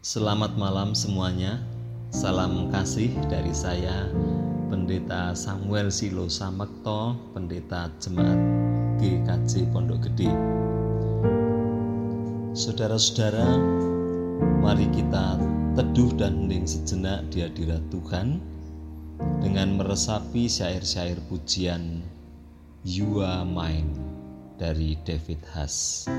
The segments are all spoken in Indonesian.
Selamat malam semuanya. Salam kasih dari saya, Pendeta Samuel Silo Samekto, Pendeta Jemaat GKJ Pondok Gede. Saudara-saudara, mari kita teduh dan hening sejenak di hadirat Tuhan dengan meresapi syair-syair pujian You Are Mine dari David Huss.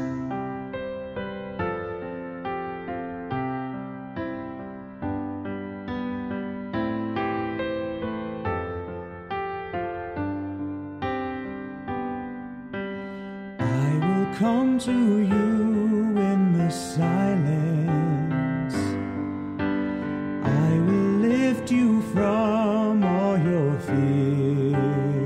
Come to you in the silence. I will lift you from all your fear.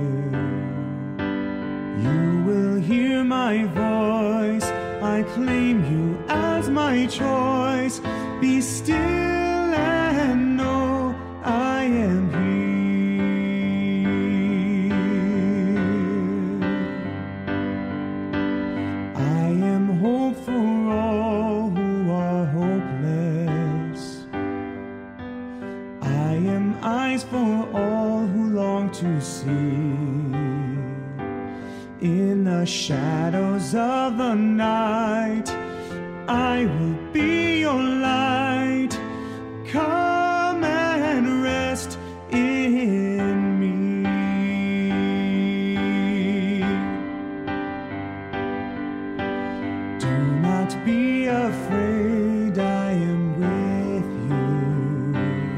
You will hear my voice. I claim you as my choice. Be still and know I am here. Hope for all who are hopeless. I am eyes for all who long to see. In the shadows of the night, I will be your light. Come and rest in me. Be afraid, I am with you.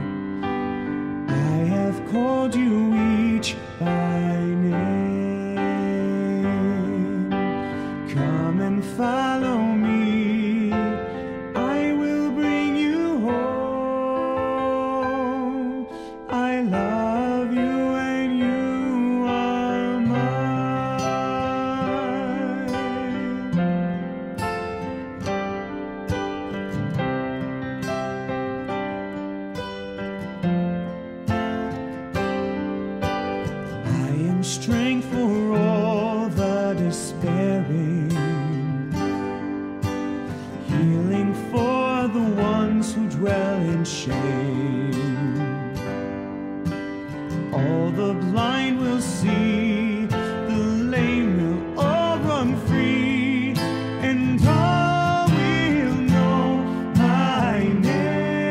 I have called you each by name. Come and follow me. I will bring you home. I love you and you are mine. Strength for all the despairing, healing for the ones who dwell in shame. All the blind will see, the lame will all run free, and all will know my name.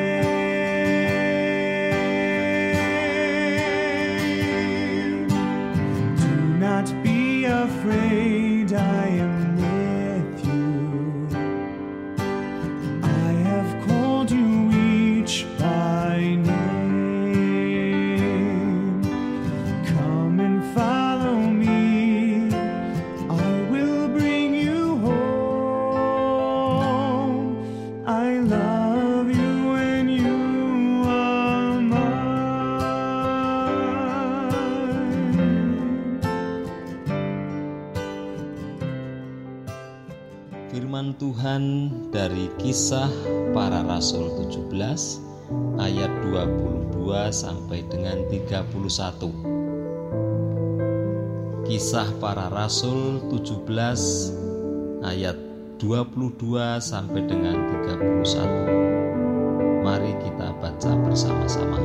Not be afraid, I am with you. I have called you each by name. Come and follow me. I will bring you home. I love you and you are mine. Firman Tuhan dari Kisah Para Rasul 17 ayat 22 sampai dengan 31. Kisah Para Rasul 17 ayat 22 sampai dengan 31. Mari kita baca bersama-sama.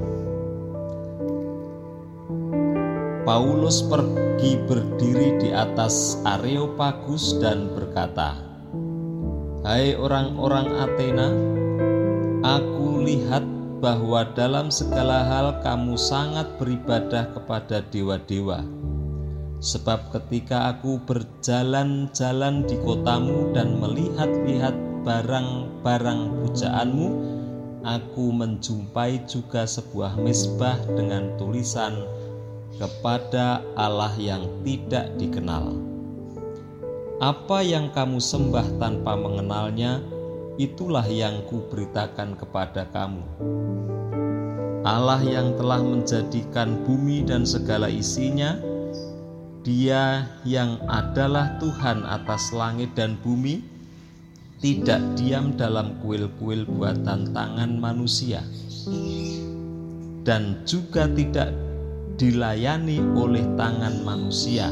Paulus pergi berdiri di atas Areopagus dan berkata, "Hai orang-orang Athena, aku lihat bahwa dalam segala hal kamu sangat beribadah kepada dewa-dewa. Sebab ketika aku berjalan-jalan di kotamu dan melihat-lihat barang-barang pujaanmu, aku menjumpai juga sebuah mezbah dengan tulisan kepada Allah yang tidak dikenal. Apa yang kamu sembah tanpa mengenalnya, itulah yang kuberitakan kepada kamu. Allah yang telah menjadikan bumi dan segala isinya, Dia yang adalah Tuhan atas langit dan bumi, tidak diam dalam kuil-kuil buatan tangan manusia, dan juga tidak dilayani oleh tangan manusia,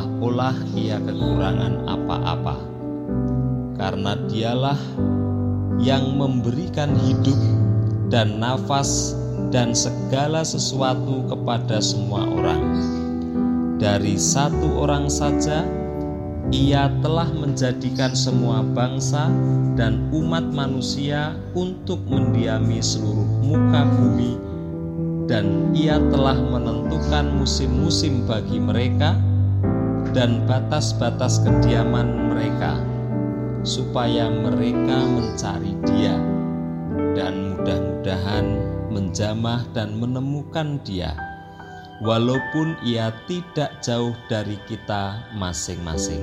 seolah-olah ia kekurangan apa-apa. Karena Dialah yang memberikan hidup dan nafas dan segala sesuatu kepada semua orang. Dari satu orang saja, Ia telah menjadikan semua bangsa dan umat manusia untuk mendiami seluruh muka bumi, dan Ia telah menentukan musim-musim bagi mereka dan batas-batas kediaman mereka, supaya mereka mencari Dia dan mudah-mudahan menjamah dan menemukan Dia, walaupun Ia tidak jauh dari kita masing-masing.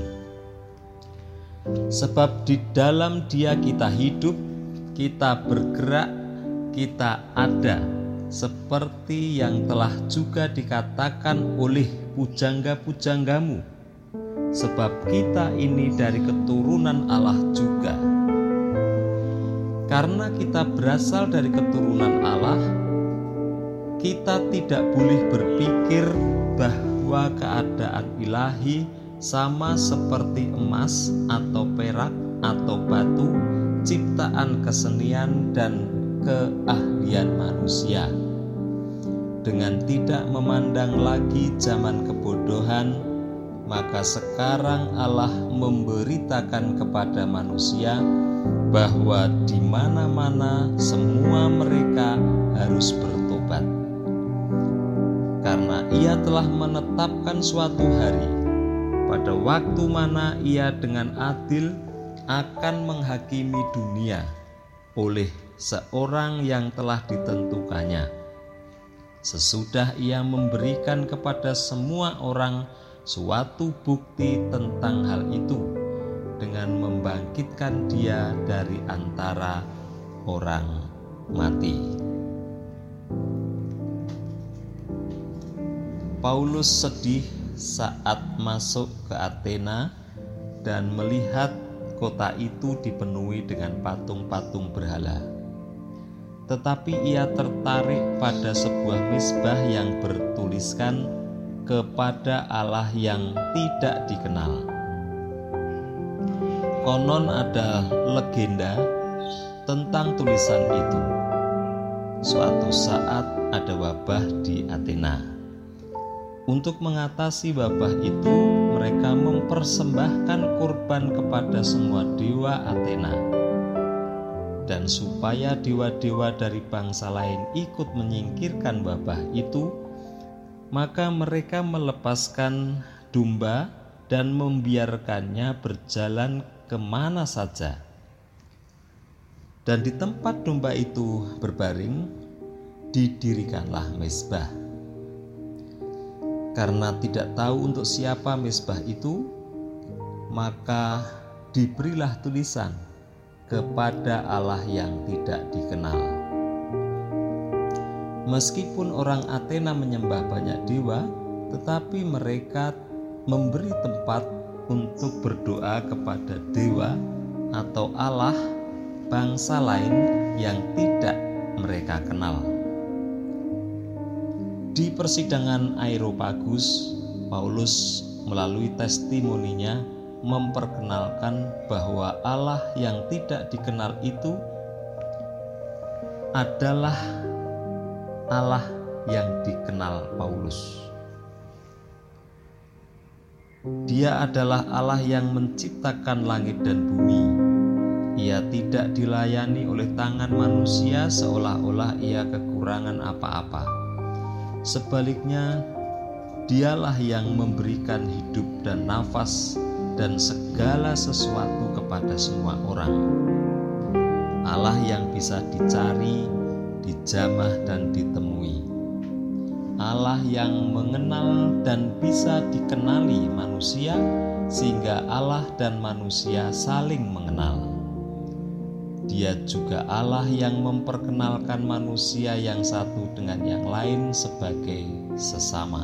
Sebab di dalam Dia kita hidup, kita bergerak, kita ada, seperti yang telah juga dikatakan oleh pujangga-pujanggamu, sebab kita ini dari keturunan Allah juga. Karena kita berasal dari keturunan Allah, kita tidak boleh berpikir bahwa keadaan ilahi sama seperti emas atau perak atau batu, ciptaan kesenian dan keahlian manusia. Dengan tidak memandang lagi zaman kebodohan, maka sekarang Allah memberitakan kepada manusia bahwa di mana-mana semua mereka harus bertobat. Karena Ia telah menetapkan suatu hari pada waktu mana Ia dengan adil akan menghakimi dunia oleh seorang yang telah ditentukannya, sesudah Ia memberikan kepada semua orang suatu bukti tentang hal itu dengan membangkitkan Dia dari antara orang mati. Paulus sedih saat masuk ke Athena dan melihat kota itu dipenuhi dengan patung-patung berhala. Tetapi ia tertarik pada sebuah mezbah yang bertuliskan kepada Allah yang tidak dikenal. Konon ada legenda tentang tulisan itu. Suatu saat ada wabah di Athena. Untuk mengatasi wabah itu, mereka mempersembahkan kurban kepada semua dewa Athena. Dan supaya dewa-dewa dari bangsa lain ikut menyingkirkan wabah itu, maka mereka melepaskan domba dan membiarkannya berjalan kemana saja. Dan di tempat domba itu berbaring, didirikanlah mezbah. Karena tidak tahu untuk siapa mezbah itu, maka diberilah tulisan kepada Allah yang tidak dikenal. Meskipun orang Athena menyembah banyak dewa, tetapi mereka memberi tempat untuk berdoa kepada dewa atau Allah bangsa lain yang tidak mereka kenal. Di persidangan Areopagus, Paulus melalui testimoninya memperkenalkan bahwa Allah yang tidak dikenal itu adalah Allah yang dikenal Paulus. Dia adalah Allah yang menciptakan langit dan bumi. Ia tidak dilayani oleh tangan manusia seolah-olah ia kekurangan apa-apa. Sebaliknya, Dialah yang memberikan hidup dan nafas dan segala sesuatu kepada semua orang. Allah yang bisa dicari, dijamah dan ditemui. Allah yang mengenal dan bisa dikenali manusia, sehingga Allah dan manusia saling mengenal. Dia juga Allah yang memperkenalkan manusia yang satu dengan yang lain sebagai sesama.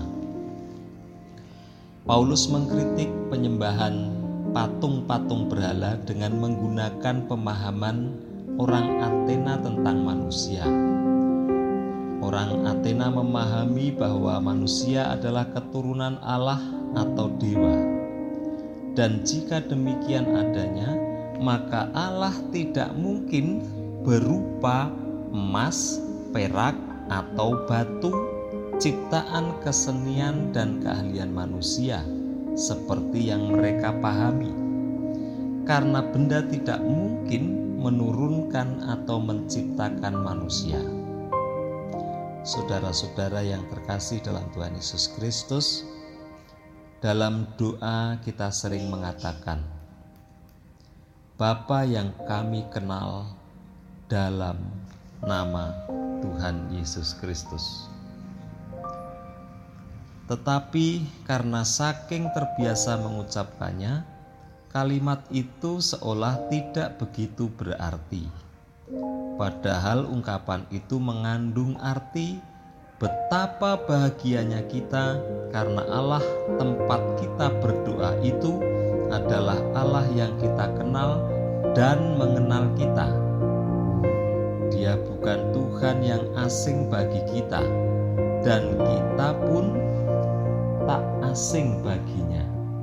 Paulus mengkritik penyembahan patung-patung berhala dengan menggunakan pemahaman orang Athena tentang manusia. Orang Athena memahami bahwa manusia adalah keturunan Allah atau dewa. Dan jika demikian adanya, maka Allah tidak mungkin berupa emas, perak, atau batu, ciptaan kesenian dan keahlian manusia seperti yang mereka pahami. Karena benda tidak mungkin menurunkan atau menciptakan manusia. Saudara-saudara yang terkasih dalam Tuhan Yesus Kristus, dalam doa kita sering mengatakan, Bapa yang kami kenal dalam nama Tuhan Yesus Kristus. Tetapi karena saking terbiasa mengucapkannya, kalimat itu seolah tidak begitu berarti. Padahal ungkapan itu mengandung arti betapa bahagianya kita karena Allah tempat kita berdoa itu adalah Allah yang kita kenal dan mengenal kita. Dia bukan Tuhan yang asing bagi kita, dan kita pun tak asing baginya.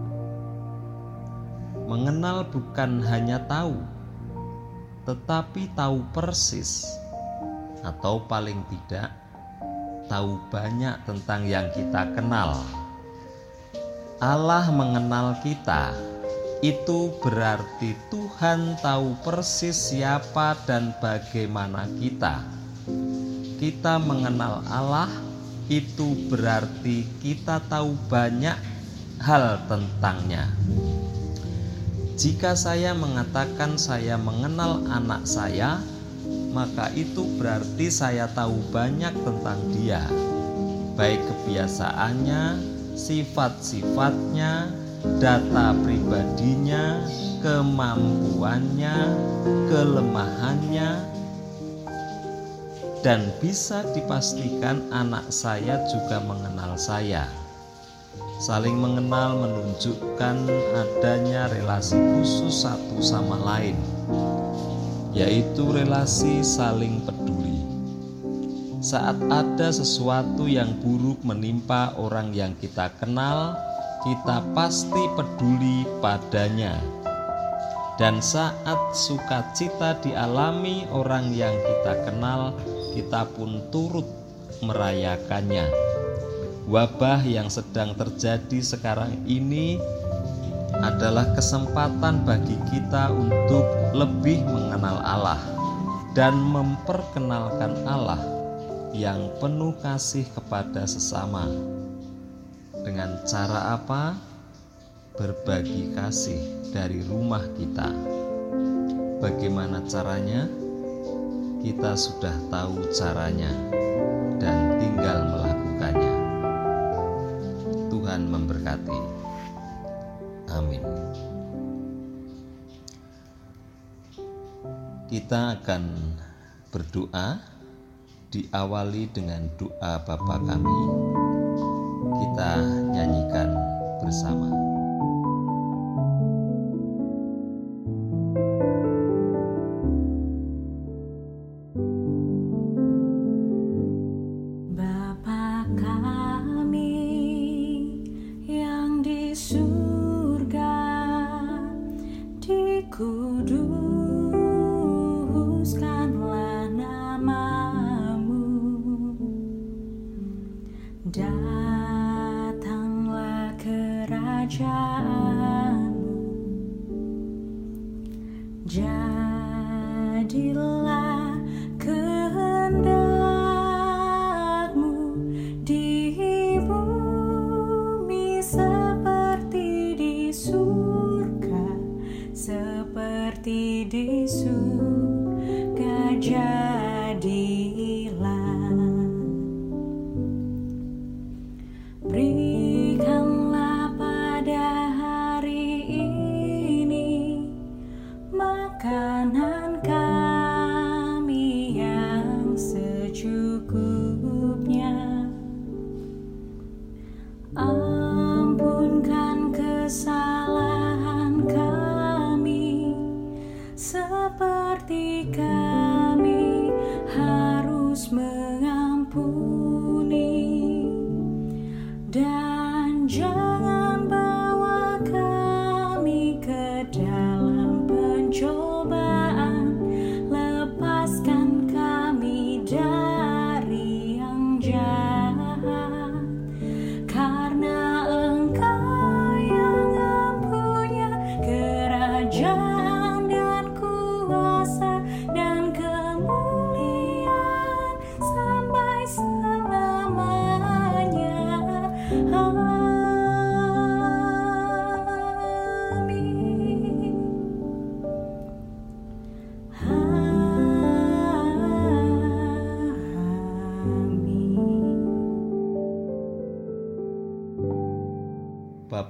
Mengenal bukan hanya tahu, tetapi tahu persis, atau paling tidak tahu banyak tentang yang kita kenal. Allah mengenal kita, itu berarti Tuhan tahu persis siapa dan bagaimana kita. Kita mengenal Allah, itu berarti kita tahu banyak hal tentangnya. Jika saya mengatakan saya mengenal anak saya, maka itu berarti saya tahu banyak tentang dia, baik kebiasaannya, sifat-sifatnya, data pribadinya, kemampuannya, kelemahannya, dan bisa dipastikan anak saya juga mengenal saya. Saling mengenal menunjukkan adanya relasi khusus satu sama lain, yaitu relasi saling peduli. Saat ada sesuatu yang buruk menimpa orang yang kita kenal, kita pasti peduli padanya. Dan saat sukacita dialami orang yang kita kenal, kita pun turut merayakannya. Wabah yang sedang terjadi sekarang ini adalah kesempatan bagi kita untuk lebih mengenal Allah dan memperkenalkan Allah yang penuh kasih kepada sesama. Dengan cara apa? Berbagi kasih dari rumah kita. Bagaimana caranya? Kita sudah tahu caranya dan tinggal melakukannya. Tuhan memberkati. Amin. Kita akan berdoa, diawali dengan doa Bapa kami. Kita nyanyikan bersama. Bapa kami yang di surga, dikuduskanlah namamu, datanglah kerajaanmu, jadilah kehendakmu di bumi seperti di surga, seperti di surga jadilah. Berikanlah pada hari ini makanan kami yang secukupnya. Ampunkan kesalahan kami seperti kami harus mengampuni. Dan jangan bawa kami ke dalam pencobaan,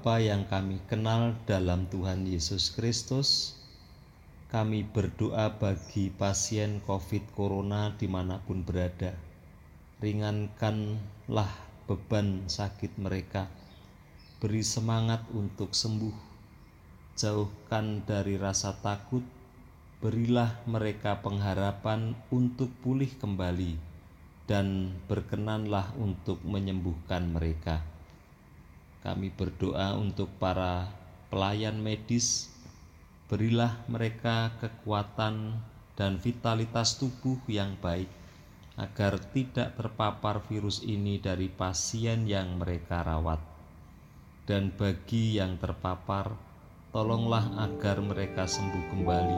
Bapa yang kami kenal dalam Tuhan Yesus Kristus, kami berdoa bagi pasien COVID Corona dimanapun berada. Ringankanlah beban sakit mereka, beri semangat untuk sembuh, jauhkan dari rasa takut, berilah mereka pengharapan untuk pulih kembali, dan berkenanlah untuk menyembuhkan mereka. Kami berdoa untuk para pelayan medis, berilah mereka kekuatan dan vitalitas tubuh yang baik, agar tidak terpapar virus ini dari pasien yang mereka rawat. Dan bagi yang terpapar, tolonglah agar mereka sembuh kembali.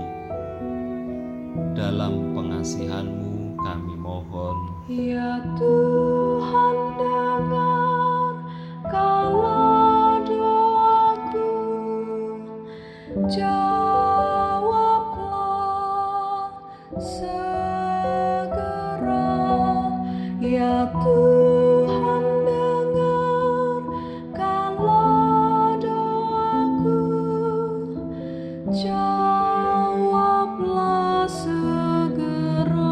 Dalam pengasihan-Mu kami mohon. Ya Tuhan, dengarkanlah doaku, jawablah segera. Ya Tuhan, dengarkanlah doaku, jawablah segera.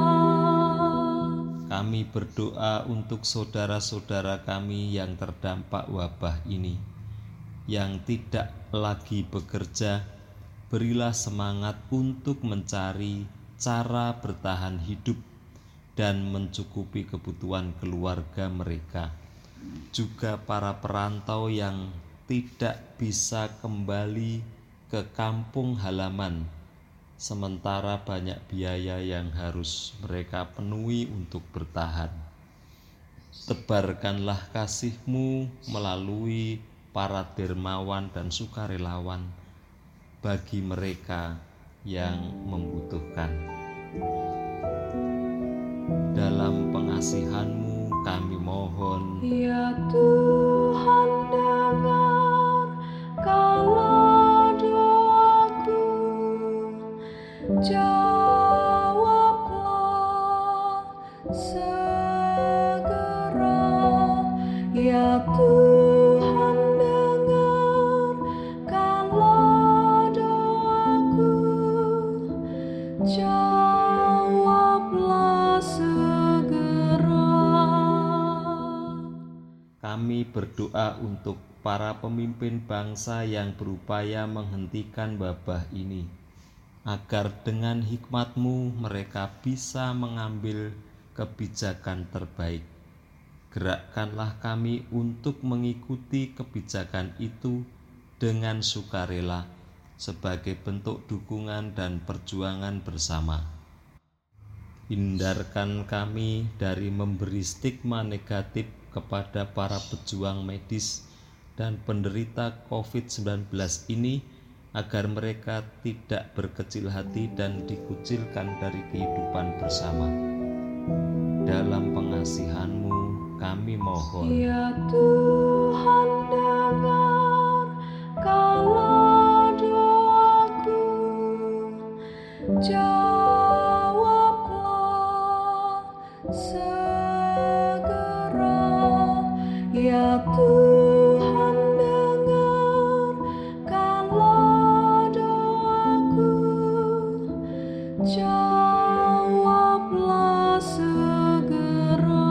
Kami berdoa untuk saudara-saudara kami yang terdampak wabah ini, yang tidak lagi bekerja. Berilah semangat untuk mencari cara bertahan hidup dan mencukupi kebutuhan keluarga mereka. Juga para perantau yang tidak bisa kembali ke kampung halaman, sementara banyak biaya yang harus mereka penuhi untuk bertahan. Tebarkanlah kasih-Mu melalui para dermawan dan sukarelawan bagi mereka yang membutuhkan. Dalam pengasihan-Mu kami mohon. Ya Tuhan, dengarkanlah doaku, jawablah segera. Ya Tuhan, dengarkanlah doaku, jawablah segera. Kami berdoa untuk para pemimpin bangsa yang berupaya menghentikan wabah ini, agar dengan hikmat-Mu mereka bisa mengambil kebijakan terbaik. Gerakkanlah kami untuk mengikuti kebijakan itu dengan sukarela sebagai bentuk dukungan dan perjuangan bersama. Hindarkan kami dari memberi stigma negatif kepada para pejuang medis dan penderita COVID-19 ini, agar mereka tidak berkecil hati dan dikucilkan dari kehidupan bersama. Dalam pengasihan-Mu kami mohon. Ya Tuhan, dengarkanlah doaku, jawablah segera. Ya Tuhan, dengarkanlah doaku, jawablah segera.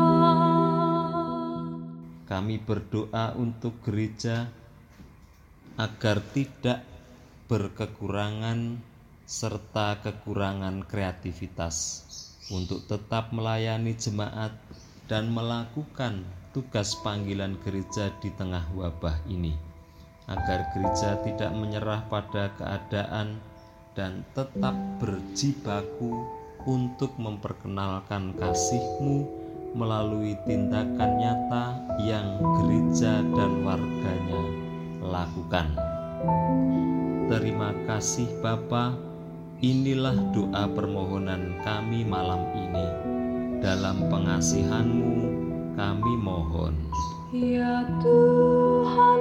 Kami berdoa untuk gereja agar tidak berkekurangan serta kekurangan kreativitas untuk tetap melayani jemaat dan melakukan tugas panggilan gereja di tengah wabah ini, agar gereja tidak menyerah pada keadaan dan tetap berjibaku untuk memperkenalkan kasih-Mu melalui tindakan nyata yang gereja dan warganya lakukan. Terima kasih Bapa. Inilah doa permohonan kami malam ini. Dalam pengasihan-Mu kami mohon. Ya Tuhan,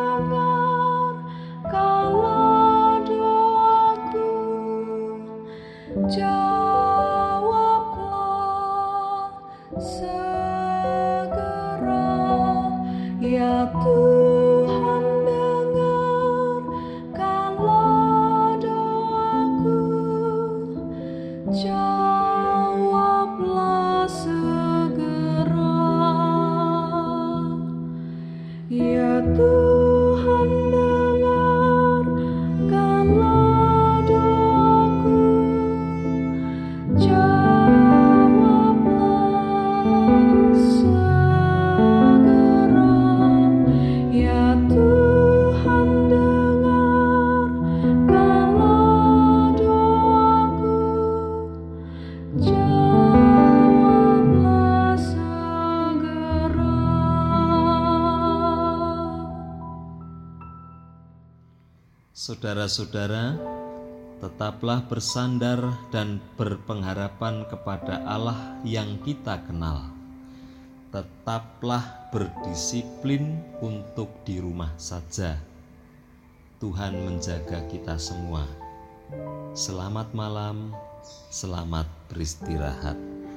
dengarkanlah doaku, jawablah segera. Ya Tuhan, jawablah segera. Ya Tuhan, dengarkanlah doaku, jawablah segera. Ya Tuhan, dengarkanlah doaku, jawablah segera. Saudara-saudara, tetaplah bersandar dan berpengharapan kepada Allah yang kita kenal. Tetaplah berdisiplin untuk di rumah saja. Tuhan menjaga kita semua. Selamat malam, selamat beristirahat.